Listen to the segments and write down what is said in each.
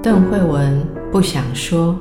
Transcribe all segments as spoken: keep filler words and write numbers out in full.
邓惠文不想说。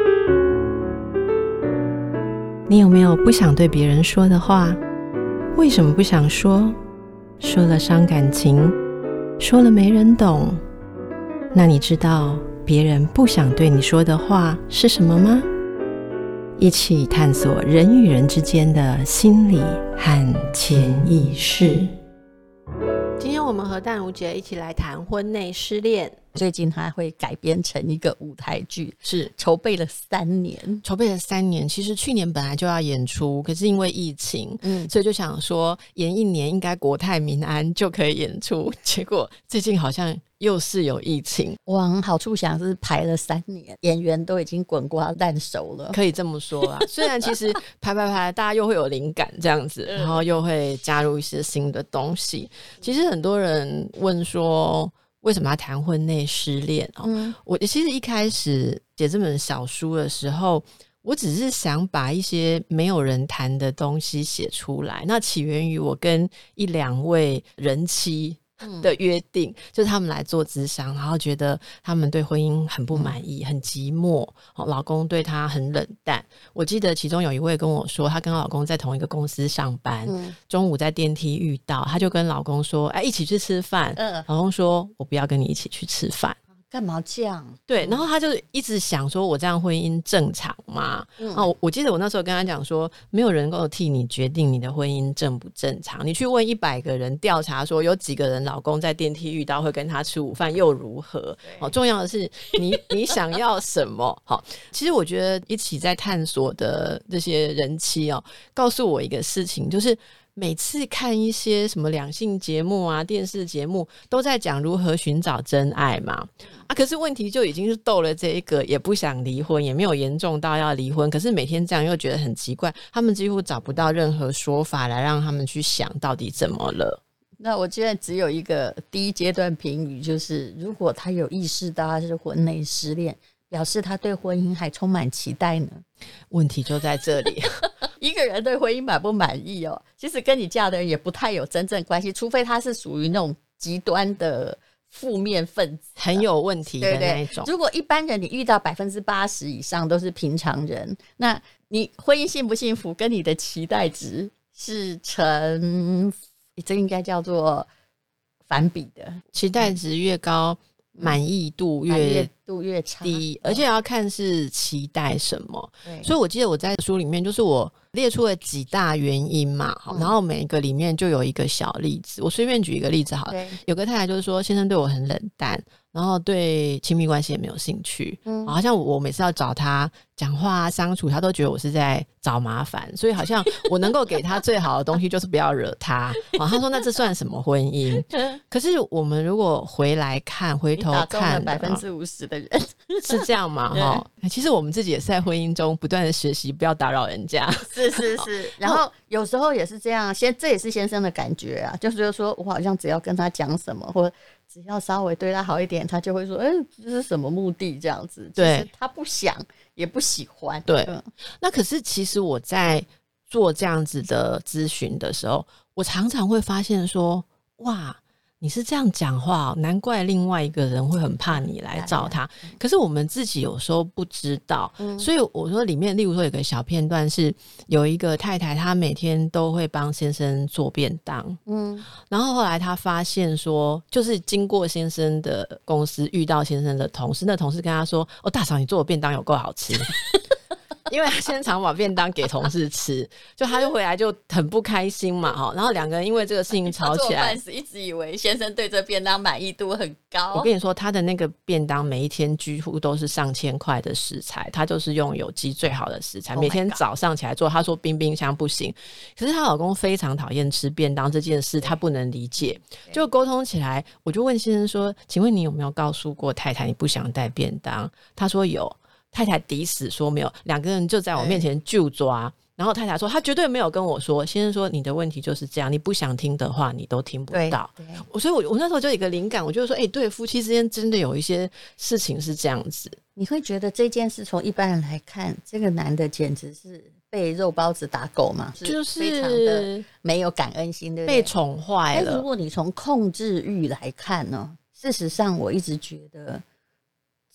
你有没有不想对别人说的话？为什么不想说？说了伤感情，说了没人懂。那你知道别人不想对你说的话是什么吗？一起探索人与人之间的心理和潜意识。今天我们和淡如姐一起来谈婚内失恋。 最近它会改编成一个舞台剧， 是筹备了三年， 筹备了三年。其实去年本来就要演出，可是因为疫情，嗯，所以就想说演一年应该国泰民安就可以演出。结果最近好像又是有疫情。 往好处想是排了三年，演员都已经滚瓜烂熟了， 可以这么说啦。虽然其实排排排，大家又会有灵感这样子，然后又会加入一些新的东西。其实很多人问说，为什么要谈婚内失恋、哦嗯、我其实一开始写这本小书的时候，我只是想把一些没有人谈的东西写出来。那起源于我跟一两位人妻的约定、嗯、就是他们来做咨商，然后觉得他们对婚姻很不满意、嗯、很寂寞、哦、老公对她很冷淡。我记得其中有一位跟我说，她跟老公在同一个公司上班、嗯、中午在电梯遇到，她就跟老公说，哎，一起去吃饭、嗯、老公说，我不要跟你一起去吃饭。 干嘛这样？ 对，然后他就一直想说，我这样婚姻正常吗？嗯、啊，我记得我那时候跟他讲说，没有人能够替你决定你的婚姻正不正常。你去问一百个人调查说，有几个人老公在电梯遇到会跟他吃午饭又如何？好、哦，重要的是你你想要什么？好，其实我觉得一起在探索的这些人妻哦，告诉我一个事情，就是每次看一些什么两性节目啊、电视节目，都在讲如何寻找真爱嘛。啊，可是问题就已经是斗了这一个，也不想离婚，也没有严重到要离婚，可是每天这样又觉得很奇怪，他们几乎找不到任何说法来让他们去想到底怎么了。 那我现在只有一个第一阶段评语，就是如果他有意识到他是婚内失恋，表示他对婚姻还充满期待呢。 问题就在这里。 一个人对婚姻满不满意哦，其实跟你嫁的人也不太有真正关系，除非他是属于那种极端的负面分子、啊、 很有问题的那一种。对对， 如果一般人你遇到百分之八十以上都是平常人，那你婚姻幸不幸福跟你的期待值是成，这应该叫做反比的。 期待值越高，满意度越度越差， 而且要看是期待什么。所以我记得我在书里面就是我列出了几大原因嘛、嗯、然后每一个里面就有一个小例子。我随便举一个例子好了，有个太太就是说，先生对我很冷淡，然后对亲密关系也没有兴趣、嗯、好像我每次要找他讲话相处，他都觉得我是在找麻烦，所以好像我能够给他最好的东西就是不要惹他。好，他说那这算什么婚姻？可是我们如果回来看，回头看， 打中了百分之五十的人是这样吗？其实我们自己也是在婚姻中不断的学习，不要打扰人家。 是是是，然后有时候也是这样，先这也是先生的感觉啊，就是说我好像只要跟他讲什么，或只要稍微对他好一点，他就会说，哎、欸，这是什么目的？这样子，对，其实他不想也不喜欢。 对、嗯，那可是其实我在做这样子的咨询的时候，我常常会发现说，哇，你是这样讲话，难怪另外一个人会很怕你来找他。可是我们自己有时候不知道、嗯、所以我说里面例如说有个小片段是有一个太太，她每天都会帮先生做便当，嗯，然后后来她发现说，就是经过先生的公司遇到先生的同事，那同事跟她说，哦，大嫂你做的便当有够好吃。因为他先常把便当给同事吃，就他就回来就很不开心嘛，然后两个人因为这个事情吵起来。 做饭时一直以为先生对这便当满意度很高。 我跟你说，他的那个便当每一天几乎都是上千块的食材，他就是用有机最好的食材、oh、每天早上起来做。他说冰冰箱不行，可是她老公非常讨厌吃便当这件事，他不能理解。就沟通起来，我就问先生说，请问你有没有告诉过太太你不想带便当？他说有。太太抵死说没有，两个人就在我面前就抓，然后太太说她绝对没有跟我说。先生说你的问题就是这样，你不想听的话你都听不到。所以我我那时候就有一个灵感，我就说哎、欸，对，夫妻之间真的有一些事情是这样子。 你会觉得这件事从一般人来看，这个男的简直是被肉包子打狗嘛，就是非常的没有感恩心，对不对？ 被宠坏了。 但如果你从控制欲来看呢，事实上我一直觉得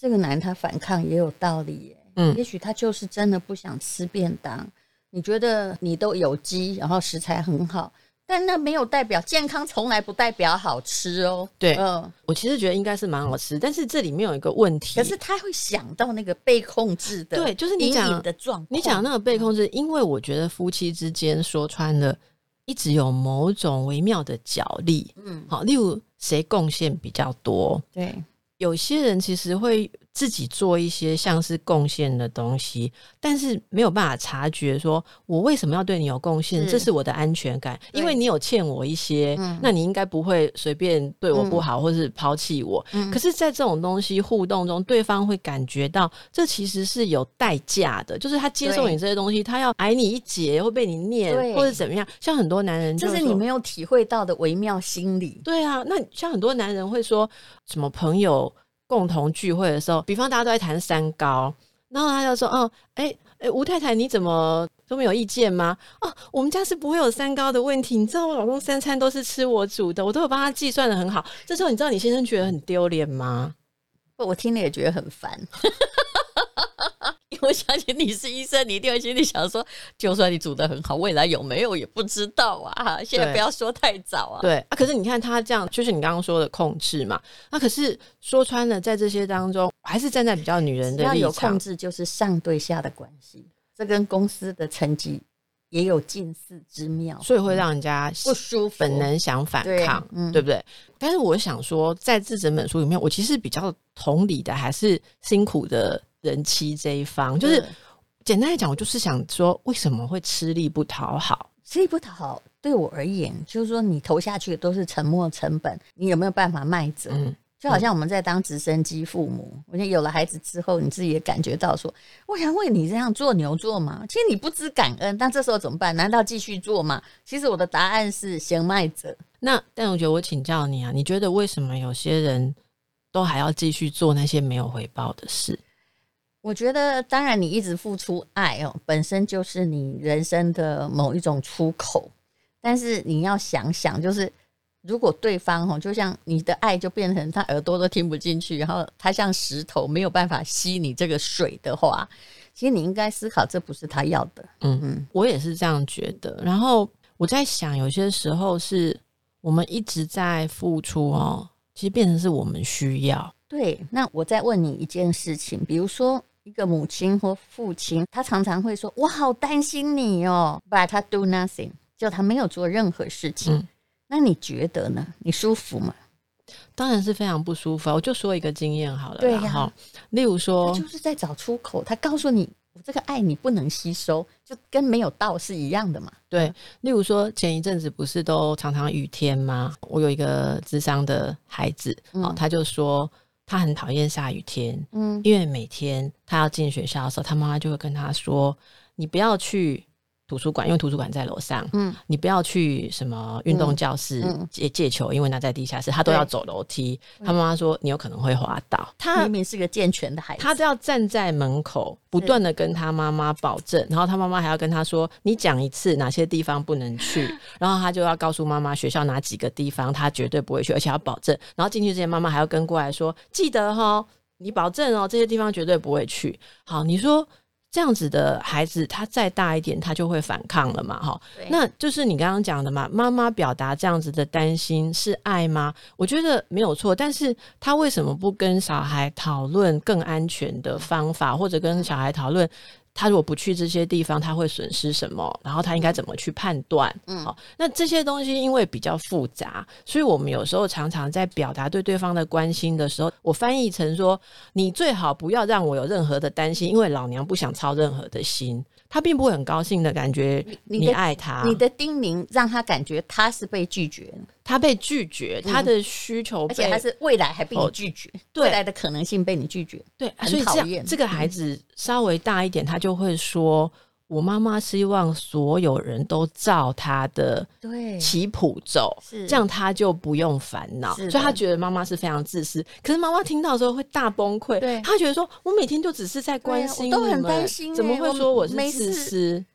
这个男人他反抗也有道理耶，嗯，也许他就是真的不想吃便当。你觉得你都有机，然后食材很好，但那没有代表健康，从来不代表好吃哦。 对，嗯，我其实觉得应该是蛮好吃，但是这里面有一个问题， 可是他会想到那个被控制的， 对，就是你讲的状况， 你讲那个被控制，因为我觉得夫妻之间说穿了，一直有某种微妙的角力，嗯，好，例如谁贡献比较多， 对， 有些人其实会自己做一些像是贡献的东西，但是没有办法察觉说我为什么要对你有贡献，这是我的安全感，因为你有欠我一些、嗯、那你应该不会随便对我不好、嗯、或是抛弃我、嗯、可是在这种东西互动中，对方会感觉到这其实是有代价的，就是他接受你这些东西，他要挨你一截，会被你念或者怎么样，像很多男人就这是你没有体会到的微妙心理。 对啊，那像很多男人会说什么朋友共同聚会的时候，比方大家都在谈三高，然后他就说哦，哎哎，吴太太你怎么都没有意见吗？哦，我们家是不会有三高的问题，你知道我老公三餐都是吃我煮的，我都有帮他计算的很好。这时候你知道你先生觉得很丢脸吗？ 我听了也觉得很烦因为我相信你是医生，你一定会心里想说，就算你煮得很好，未来有没有也不知道啊，现在不要说太早啊。 对啊，可是你看他这样，就是你刚刚说的控制嘛，那、啊、可是说穿了，在这些当中还是站在比较女人的立场， 只要有控制就是上对下的关系，这跟公司的成绩也有近似之妙， 所以会让人家不舒服， 本能想反抗， 对,、嗯、对不对？但是我想说在这整本书里面，我其实比较同理的还是辛苦的人妻这一方，就是简单来讲，我就是想说为什么会吃力不讨好。 吃力不讨好对我而言就是说你投下去的都是沉没成本，你有没有办法卖走、嗯、就好像我们在当直升机父母、嗯、我觉得有了孩子之后，你自己也感觉到说我想为你这样做牛做马，其实你不知感恩，但这时候怎么办？难道继续做吗？其实我的答案是先卖着。 那但我觉得我请教你啊，你觉得为什么有些人都还要继续做那些没有回报的事？ 我觉得当然你一直付出爱哦，本身就是你人生的某一种出口，但是你要想想，就是如果对方哦，就像你的爱就变成他耳朵都听不进去，然后他像石头没有办法吸你这个水的话，其实你应该思考这不是他要的。 嗯嗯，我也是这样觉得。然后我在想有些时候是我们一直在付出哦，其实变成是我们需要。 对，那我再问你一件事情，比如说一个母亲或父亲，他常常会说我好担心你哦 but 他 do nothing， 就他没有做任何事情、嗯、那你觉得呢？你舒服吗？ 当然是非常不舒服、啊、我就说一个经验好了。 对呀、 啊，例如说他就是在找出口，他告诉你我这个爱你不能吸收，就跟没有到是一样的嘛。 对，例如说前一阵子不是都常常雨天吗？我有一个諮商的孩子、嗯哦、他就说他很讨厌下雨天、嗯、因为每天他要进学校的时候，他妈妈就会跟他说你不要去图书馆，因为图书馆在楼上、嗯、你不要去什么运动教室、嗯、借, 借球，因为那在地下室，他都要走楼梯。他妈妈说你有可能会滑倒，他明明是个健全的孩子， 他都要站在门口不断的跟他妈妈保证，然后他妈妈还要跟他说你讲一次哪些地方不能去然后他就要告诉妈妈学校哪几个地方他绝对不会去，而且要保证，然后进去之前妈妈还要跟过来说记得齁，你保证哦，这些地方绝对不会去。好，你说这样子的孩子他再大一点他就会反抗了嘛，那就是你刚刚讲的嘛，妈妈表达这样子的担心是爱吗？我觉得没有错，但是他为什么不跟小孩讨论更安全的方法，或者跟小孩讨论他如果不去这些地方他会损失什么，然后他应该怎么去判断、嗯哦、那这些东西因为比较复杂，所以我们有时候常常在表达对对方的关心的时候，我翻译成说你最好不要让我有任何的担心，因为老娘不想操任何的心，他并不会很高兴的感觉 你, 你爱他， 你的叮咛让他感觉他是被拒绝， 他被拒绝、嗯、他的需求被， 而且他是未来还被你拒绝、哦、未来的可能性被你拒绝， 对，很讨厌。所以这, 这个孩子稍微大一点、嗯、他就会说我妈妈希望所有人都照她的棋谱走，这样他就不用烦恼，所以他觉得妈妈是非常自私。可是妈妈听到的时候会大崩溃，他觉得说我每天就只是在关心你们、啊、我都很担心、欸、怎么会说我是自私？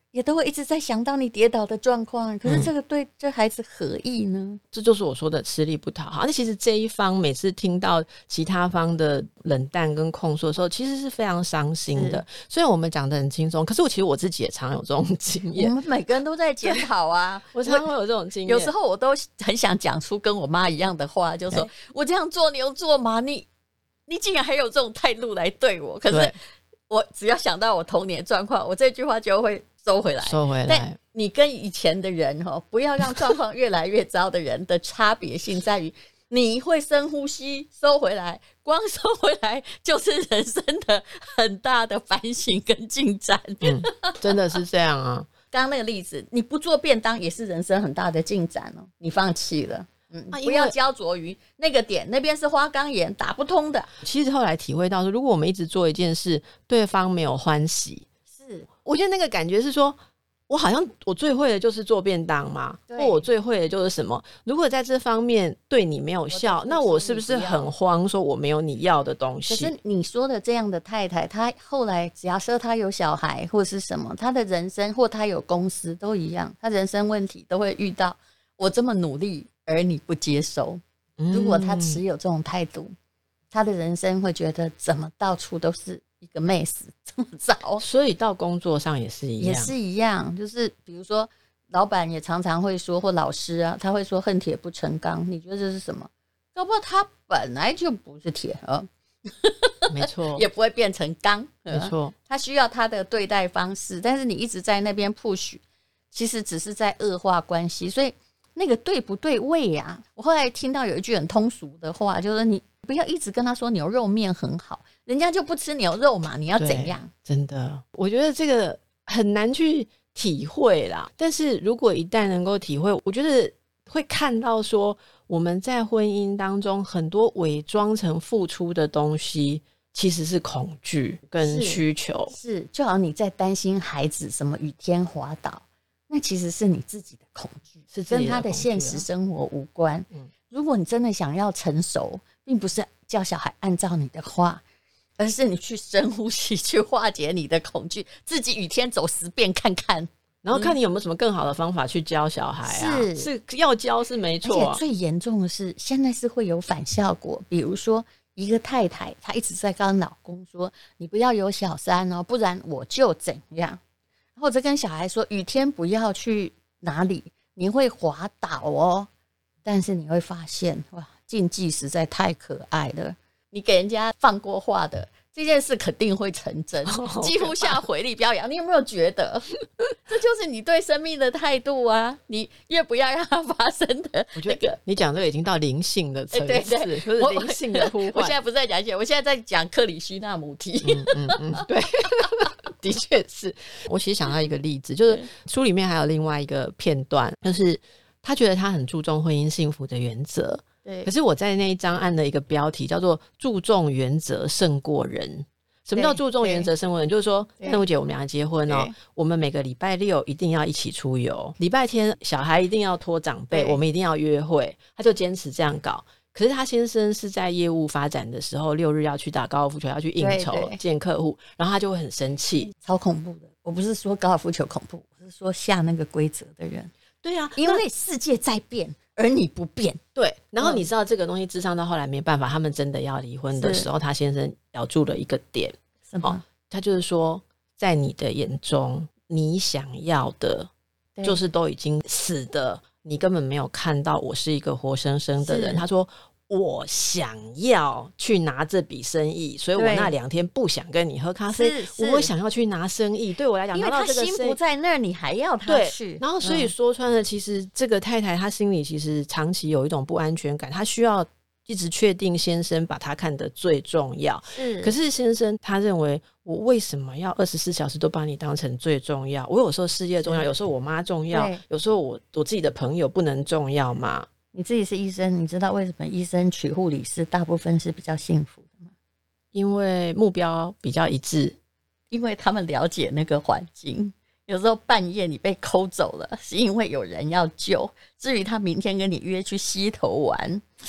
也都会一直在想到你跌倒的状况，可是这个对这孩子何意呢、嗯、 这就是我说的吃力不讨好。那其实这一方每次听到其他方的冷淡跟控诉的时候，其实是非常伤心的。虽然我们讲得很轻松，可是我其实我自己也常有这种经验。 我们每个人都在检讨啊我常常会有这种经验， 有时候我都很想讲出跟我妈一样的话，就说我这样做牛做马，你你竟然还有这种态度来对我。可是我只要想到我童年状况，我这句话就会收回来， 收回来。 但你跟以前的人哈，不要让状况越来越糟的人的差别性在于，你会深呼吸，收回来，光收回来就是人生的很大的反省跟进展。 嗯，真的是这样啊。 刚刚那个例子，你不做便当也是人生很大的进展哦，你放弃了。嗯啊、不要焦灼于那个点，那边是花岗岩打不通的。 其实后来体会到说，如果我们一直做一件事，对方没有欢喜， 是我觉得那个感觉是说，我好像我最会的就是做便当嘛，或我最会的就是什么。如果在这方面对你没有效，那我是不是很慌，说我没有你要的东西？ 可是你说的这样的太太，她后来假设她有小孩或是什么，她的人生或她有公司都一样，她人生问题都会遇到。我这么努力而你不接受，如果他持有这种态度、嗯、他的人生会觉得怎么到处都是一个妹死这么糟。 所以到工作上也是一样， 也是一样，就是比如说老板也常常会说，或老师啊，他会说恨铁不成钢，你觉得这是什么？搞不好他本来就不是铁啊， 没错， 也不会变成钢， 没错， 他需要他的对待方式，但是你一直在那边 push， 其实只是在恶化关系。所以那个对不对味啊？我后来听到有一句很通俗的话，就是你不要一直跟他说牛肉面很好，人家就不吃牛肉嘛，你要怎样？ 真的，我觉得这个很难去体会啦。但是如果一旦能够体会，我觉得会看到说我们在婚姻当中很多伪装成付出的东西，其实是恐惧跟需求。 是，是就好像你在担心孩子什么雨天滑倒，那其实是你自己的恐惧， 是跟他的现实生活无关、嗯、如果你真的想要成熟，并不是叫小孩按照你的话，而是你去深呼吸，去化解你的恐惧，自己雨天走十遍看看， 然后看你有没有什么更好的方法去教小孩啊、嗯、是, 是要教是没错、啊、 而且最严重的是现在是会有反效果。比如说一个太太她一直在跟老公说，你不要有小三哦，不然我就怎样，或者跟小孩说雨天不要去哪里，你会滑倒哦。但是你会发现，哇，禁忌实在太可爱了，你给人家放过话的这件事肯定会成真，几乎像回力标一样。你有没有觉得这就是你对生命的态度啊？你越不要让它发生的、那個、 我觉得你讲这个已经到灵性的层次、欸、对对，就是灵性的呼唤。 我现在不是在讲，我现在在讲克里希那母体。 嗯嗯嗯，对的确是。我其实想到一个例子，就是书里面还有另外一个片段，就是他觉得他很注重婚姻幸福的原则，对，可是我在那一章按了一个标题叫做注重原则胜过人。什么叫注重原则胜过人？就是说佩如姐我们俩结婚哦，我们每个礼拜六一定要一起出游，礼拜天小孩一定要拖长辈，我们一定要约会，他就坚持这样搞。可是他先生是在业务发展的时候，六日要去打高尔夫球，要去应酬见客户，然后他就会很生气， 超恐怖的。我不是说高尔夫球恐怖，我是说下那个规则的人。 对啊， 因为世界在变而你不变。 对，然后你知道这个东西智商到后来没办法，他们真的要离婚的时候，他先生咬住了一个点， 什么、哦、 他就是说在你的眼中你想要的就是都已经死的，你根本没有看到我是一个活生生的人。他说我想要去拿这笔生意，所以我那两天不想跟你喝咖啡，我想要去拿生意。对我来讲，拿到这个生意， 因为他心不在那儿，你还要他去。 然后所以说穿了、嗯、其实这个太太她心里其实长期有一种不安全感，她需要一直确定先生把她看得最重要。是，可是先生他认为我为什么要二十四小时都把你当成最重要？我有时候事业重要，有时候我妈重要，有时候我我自己的朋友不能重要吗？ 你自己是医生，你知道为什么医生娶护理师大部分是比较幸福的吗？ 因为目标比较一致， 因为他们了解那个环境。有时候半夜你被抠走了，是因为有人要救。至于他明天跟你约去溪头玩，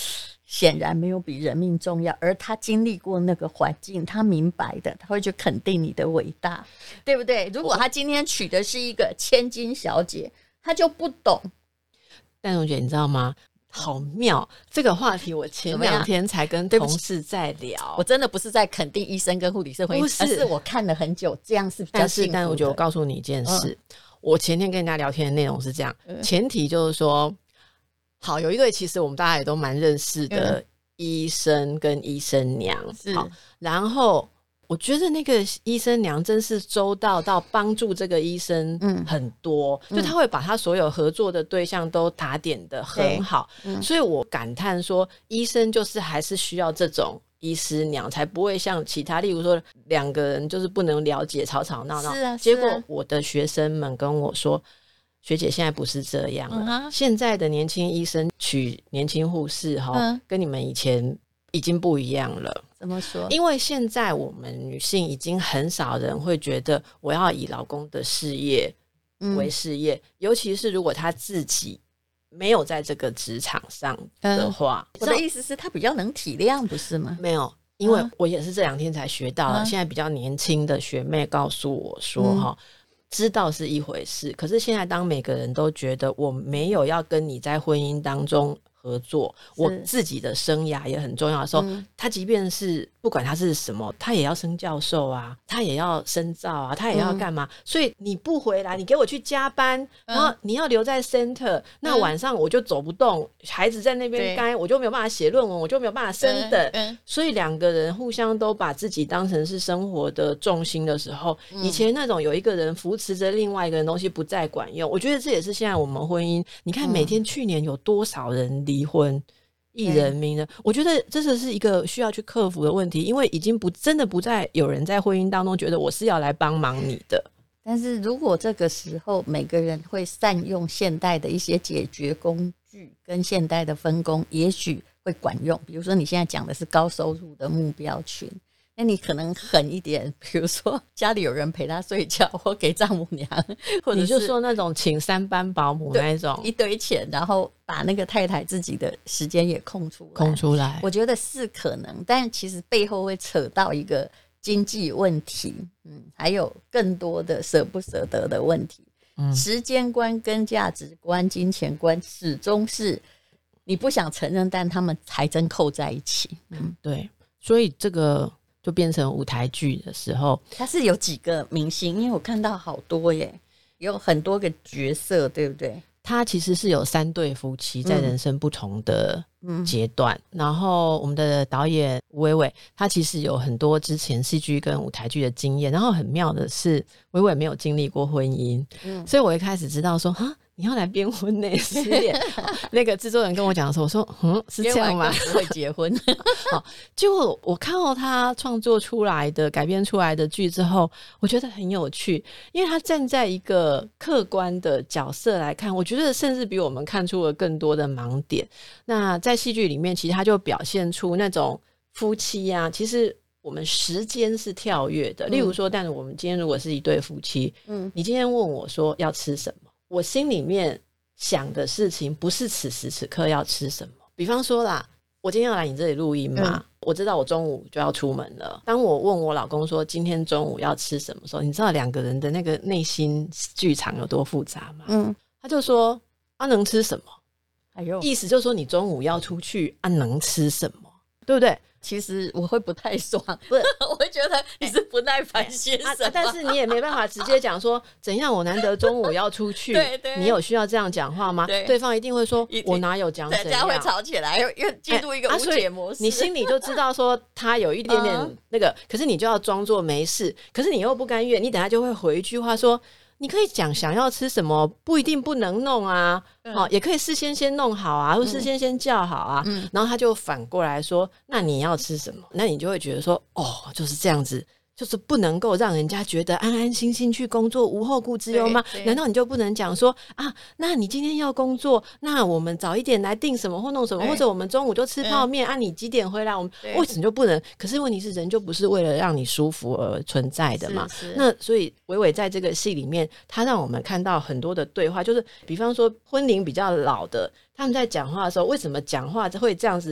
显然没有比人命重要，而他经历过那个环境，他明白的，他会去肯定你的伟大，对不对？如果他今天娶的是一个千金小姐，他就不懂。 但蓉姐你知道吗，好妙，这个话题我前两天才跟同事在聊。 我真的不是在肯定医生跟护理师婚姻，而是我看了很久，这样是比较幸福的。 但是但我觉得我告诉你一件事、嗯、我前天跟人家聊天的内容是这样、嗯、前提就是说，好，有一对其实我们大家也都蛮认识的医生跟医生娘、嗯、好，然后我觉得那个医生娘真是周到到帮助这个医生很多、嗯、就他会把他所有合作的对象都打点得很好、嗯、所以我感叹说医生就是还是需要这种医师娘，才不会像其他例如说两个人就是不能了解吵吵闹闹、 是啊是啊、 结果我的学生们跟我说，学姐现在不是这样了、嗯、现在的年轻医生娶年轻护士、嗯、跟你们以前已经不一样了。 怎么说？ 因为现在我们女性已经很少人会觉得我要以老公的事业为事业、嗯、尤其是如果他自己没有在这个职场上的话、 嗯、我的意思是他比较能体谅不是吗？ 没有，因为我也是这两天才学到了、嗯、现在比较年轻的学妹告诉我说、嗯、知道是一回事，可是现在当每个人都觉得我没有要跟你在婚姻当中合作，我自己的生涯也很重要的时候、嗯、他即便是不管他是什么，他也要升教授啊，他也要深造啊，他也要干嘛、嗯、所以你不回来，你给我去加班、嗯、然后你要留在 center、嗯、那晚上我就走不动，孩子在那边该我就没有办法写论文，我就没有办法升等、嗯嗯、所以两个人互相都把自己当成是生活的重心的时候、嗯、以前那种有一个人扶持着另外一个人东西不再管用，我觉得这也是现在我们婚姻，你看每天去年有多少人离婚一人名人，我觉得这是一个需要去克服的问题，因为已经不真的不再有人在婚姻当中觉得我是要来帮忙你的。 但是如果这个时候每个人会善用现代的一些解决工具跟现代的分工，也许会管用。比如说你现在讲的是高收入的目标群，那你可能狠一点，比如说家里有人陪他睡觉，或给丈母娘，或者是你就说那种请三班保姆那一种， 一堆钱，然后把那个太太自己的时间也空出来， 空出来， 我觉得是可能，但其实背后会扯到一个经济问题，嗯，还有更多的舍不舍得的问题。嗯，时间观跟价值观、金钱观始终是你不想承认，但他们还真扣在一起。 嗯，对，所以这个就变成舞台剧的时候， 它是有几个明星，因为我看到好多耶，有很多个角色，对不对？ 他其实是有三对夫妻在人生不同的阶段、嗯、然后我们的导演吴伟伟他其实有很多之前戏剧跟舞台剧的经验，然后很妙的是伟伟没有经历过婚姻、嗯、所以我一开始知道说哈你要来编婚内失恋那个制作人跟我讲的时候我说嗯是这样吗？ 不会结婚好，结果我看到他创作出来的改编出来的剧之后，我觉得很有趣，因为他站在一个客观的角色来看，我觉得甚至比我们看出了更多的盲点。那在戏剧里面其实他就表现出那种夫妻啊，其实我们时间是跳跃的、嗯、例如说但是我们今天如果是一对夫妻，嗯，你今天问我说要吃什么，我心里面想的事情不是此时此刻要吃什么。比方说啦，我今天要来你这里录音嘛、嗯、我知道我中午就要出门了，当我问我老公说今天中午要吃什么时候，你知道两个人的那个内心剧场有多复杂吗？嗯，他就说啊能吃什么，哎呦，意思就是说你中午要出去啊能吃什么，对不对？ 其实我会不太爽，不是我会觉得你是不耐烦些什么、 啊、但是你也没办法直接讲说怎样我难得中午要出去对对， 你有需要这样讲话吗？ 对, 对方一定会说我哪有讲怎样， 大家会吵起来，因为进入一个无解模式、 欸啊、你心里就知道说他有一点点那个、嗯、可是你就要装作没事，可是你又不甘愿，你等下就会回一句话说你可以讲想要吃什么，不一定不能弄啊、嗯哦、也可以事先先弄好啊，或事先先叫好啊、嗯、然后他就反过来说那你要吃什么，那你就会觉得说哦就是这样子，就是不能够让人家觉得安安心心去工作无后顾之忧吗？难道你就不能讲说啊那你今天要工作，那我们早一点来订什么或弄什么，或者我们中午就吃泡面啊你几点回来，我们为什么就不能？可是问题是人就不是为了让你舒服而存在的嘛。是是，那所以伟伟在这个戏里面他让我们看到很多的对话，就是比方说婚龄比较老的他们在讲话的时候为什么讲话会这样子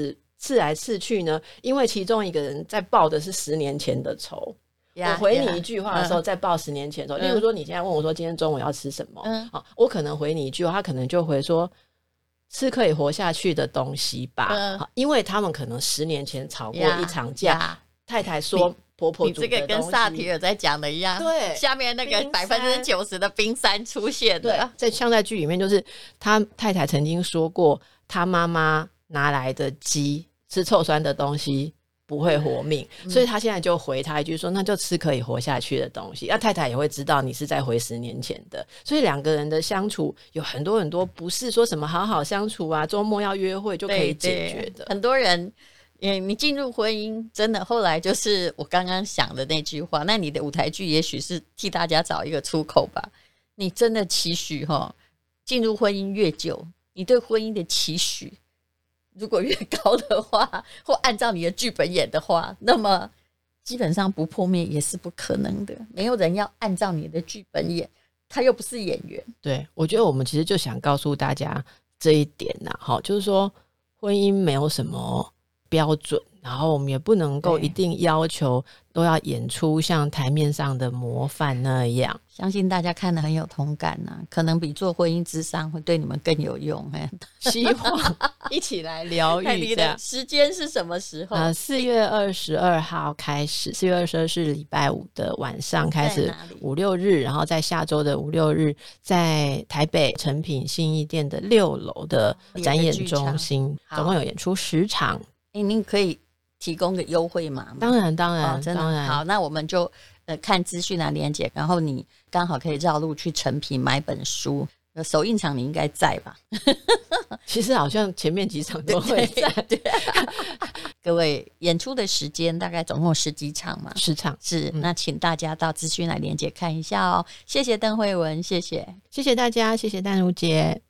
刺来刺去呢？因为其中一个人在报的是十年前的仇。Yeah, 我回你一句话的时候， yeah, 再报十年前的仇。 嗯、 例如说，你现在问我说今天中午要吃什么， 嗯好，我可能回你一句话，他可能就回说吃可以活下去的东西吧。嗯、好，因为他们可能十年前吵过一场架， yeah, 太太说婆婆煮的东西， 你这个跟萨提尔在讲的一样， 对， 下面那个百分之九十的冰山出现对，在像在剧里面，就是他太太曾经说过，他妈妈拿来的鸡吃臭酸的东西不会活命、嗯、所以他现在就回他一句说那就吃可以活下去的东西，那太太也会知道你是在回十年前的，所以两个人的相处有很多很多不是说什么好好相处啊，周末要约会就可以解决的。 很多人你进入婚姻真的后来就是我刚刚想的那句话，那你的舞台剧也许是替大家找一个出口吧。你真的期许进入婚姻越久，你对婚姻的期许如果越高的话，或按照你的剧本演的话，那么基本上不破灭也是不可能的。没有人要按照你的剧本演，他又不是演员。 对，我觉得我们其实就想告诉大家这一点啊，就是说婚姻没有什么标准，然后我们也不能够一定要求都要演出像台面上的模范那样。 相信大家看得很有同感啊，可能比做婚姻諮商会对你们更有用。 希望一起来疗愈。 你的时间是什么时候？ 呃，四月二十二号开始，四月二十二是礼拜五的晚上开始，五六日，然后在下周的五六日，在台北诚品信义店的六楼的展演中心，总共有演出十场。 欸、您可以提供个优惠码吗？ 当然当然、 哦、真的当然。 好，那我们就呃看资讯栏连结，然后你刚好可以绕路去诚品买本书，首映场你应该在吧？ 其实好像前面几场都会在。 对对各位，演出的时间大概总共十几场嘛？ 十场是、嗯、那请大家到资讯栏连结看一下哦。谢谢邓惠文，谢谢谢谢大家，谢谢淡如姐。